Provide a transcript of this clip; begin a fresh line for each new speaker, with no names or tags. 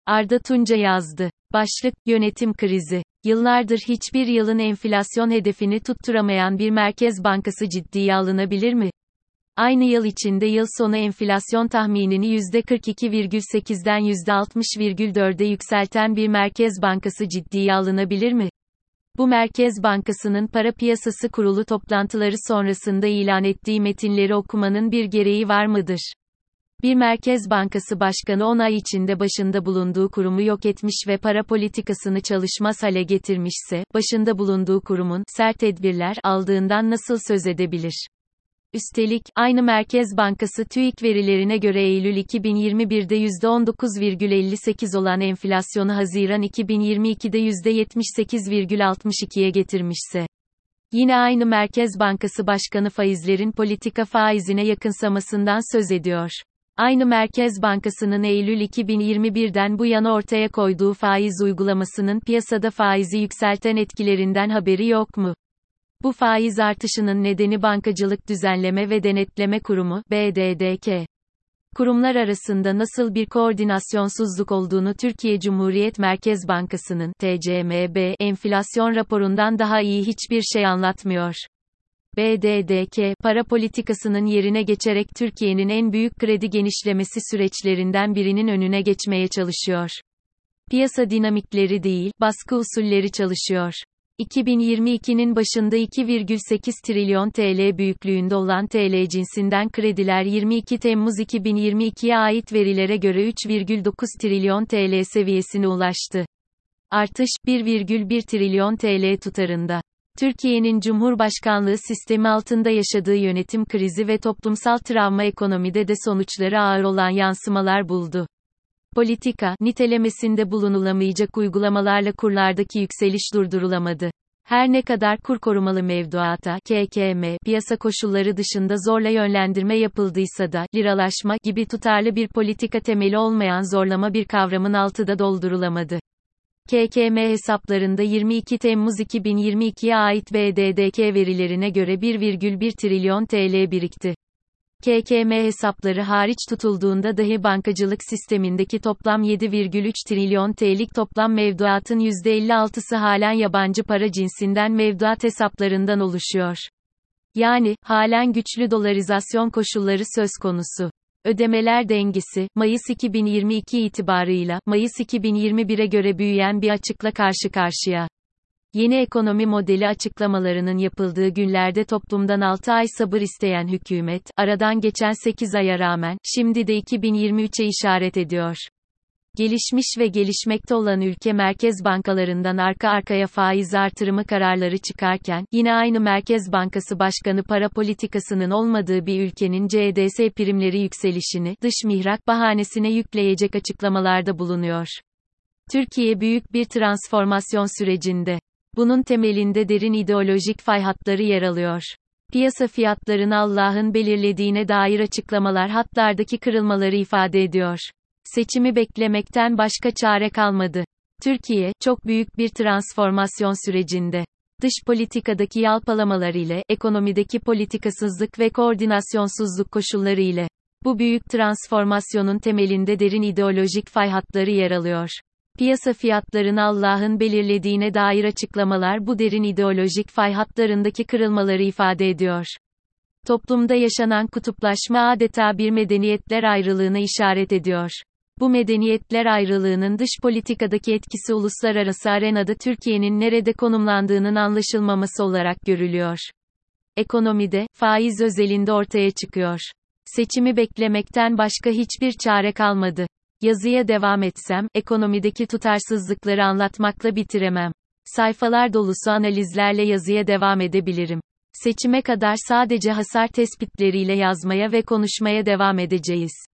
Arda Tunca yazdı. Başlık, yönetim krizi. Yıllardır hiçbir yılın enflasyon hedefini tutturamayan bir merkez bankası ciddiye alınabilir mi? Aynı yıl içinde yıl sonu enflasyon tahminini %42,8'den %60,4'e yükselten bir merkez bankası ciddiye alınabilir mi? Bu Merkez Bankası'nın Para Piyasası Kurulu toplantıları sonrasında ilan ettiği metinleri okumanın bir gereği var mıdır? Bir Merkez Bankası Başkanı 10 ay içinde başında bulunduğu kurumu yok etmiş ve para politikasını çalışmaz hale getirmişse, başında bulunduğu kurumun sert tedbirler aldığından nasıl söz edebilir? Üstelik, aynı Merkez Bankası TÜİK verilerine göre Eylül 2021'de %19,58 olan enflasyonu Haziran 2022'de %78,62'ye getirmişse. Yine aynı Merkez Bankası Başkanı faizlerin politika faizine yakınsamasından söz ediyor. Aynı Merkez Bankası'nın Eylül 2021'den bu yana ortaya koyduğu faiz uygulamasının piyasada faizi yükselten etkilerinden haberi yok mu? Bu faiz artışının nedeni Bankacılık Düzenleme ve Denetleme Kurumu, BDDK. Kurumlar arasında nasıl bir koordinasyonsuzluk olduğunu Türkiye Cumhuriyet Merkez Bankası'nın, TCMB, enflasyon raporundan daha iyi hiçbir şey anlatmıyor. BDDK, para politikasının yerine geçerek Türkiye'nin en büyük kredi genişlemesi süreçlerinden birinin önüne geçmeye çalışıyor. Piyasa dinamikleri değil, baskı usulleri çalışıyor. 2022'nin başında 2,8 trilyon TL büyüklüğünde olan TL cinsinden krediler 22 Temmuz 2022'ye ait verilere göre 3,9 trilyon TL seviyesine ulaştı. Artış, 1,1 trilyon TL tutarında. Türkiye'nin Cumhurbaşkanlığı sistemi altında yaşadığı yönetim krizi ve toplumsal travma ekonomide de sonuçları ağır olan yansımalar buldu. Politika, nitelemesinde bulunulamayacak uygulamalarla kurlardaki yükseliş durdurulamadı. Her ne kadar kur korumalı mevduata, KKM, piyasa koşulları dışında zorla yönlendirme yapıldıysa da, liralaşma gibi tutarlı bir politika temeli olmayan zorlama bir kavramın altı da doldurulamadı. KKM hesaplarında 22 Temmuz 2022'ye ait BDDK verilerine göre 1,1 trilyon TL birikti. KKM hesapları hariç tutulduğunda dahi bankacılık sistemindeki toplam 7,3 trilyon TL'lik toplam mevduatın %56'sı halen yabancı para cinsinden mevduat hesaplarından oluşuyor. Yani, halen güçlü dolarizasyon koşulları söz konusu. Ödemeler dengesi, Mayıs 2022 itibarıyla, Mayıs 2021'e göre büyüyen bir açıkla karşı karşıya. Yeni ekonomi modeli açıklamalarının yapıldığı günlerde toplumdan 6 ay sabır isteyen hükümet, aradan geçen 8 aya rağmen, şimdi de 2023'e işaret ediyor. Gelişmiş ve gelişmekte olan ülke merkez bankalarından arka arkaya faiz artırımı kararları çıkarken, yine aynı Merkez Bankası Başkanı para politikasının olmadığı bir ülkenin CDS primleri yükselişini, dış mihrak bahanesine yükleyecek açıklamalarda bulunuyor. Türkiye büyük bir transformasyon sürecinde. Bunun temelinde derin ideolojik fay hatları yer alıyor. Piyasa fiyatlarını Allah'ın belirlediğine dair açıklamalar hatlardaki kırılmaları ifade ediyor. Seçimi beklemekten başka çare kalmadı. Türkiye, çok büyük bir transformasyon sürecinde. Dış politikadaki yalpalamalar ile, ekonomideki politikasızlık ve koordinasyonsuzluk koşulları ile. Bu büyük transformasyonun temelinde derin ideolojik fay hatları yer alıyor. Piyasa fiyatlarını Allah'ın belirlediğine dair açıklamalar bu derin ideolojik fay hatlarındaki kırılmaları ifade ediyor. Toplumda yaşanan kutuplaşma adeta bir medeniyetler ayrılığına işaret ediyor. Bu medeniyetler ayrılığının dış politikadaki etkisi uluslararası arenada Türkiye'nin nerede konumlandığının anlaşılmaması olarak görülüyor. Ekonomide, faiz özelinde ortaya çıkıyor. Seçimi beklemekten başka hiçbir çare kalmadı. Yazıya devam etsem, ekonomideki tutarsızlıkları anlatmakla bitiremem. Sayfalar dolusu analizlerle yazıya devam edebilirim. Seçime kadar sadece hasar tespitleriyle yazmaya ve konuşmaya devam edeceğiz.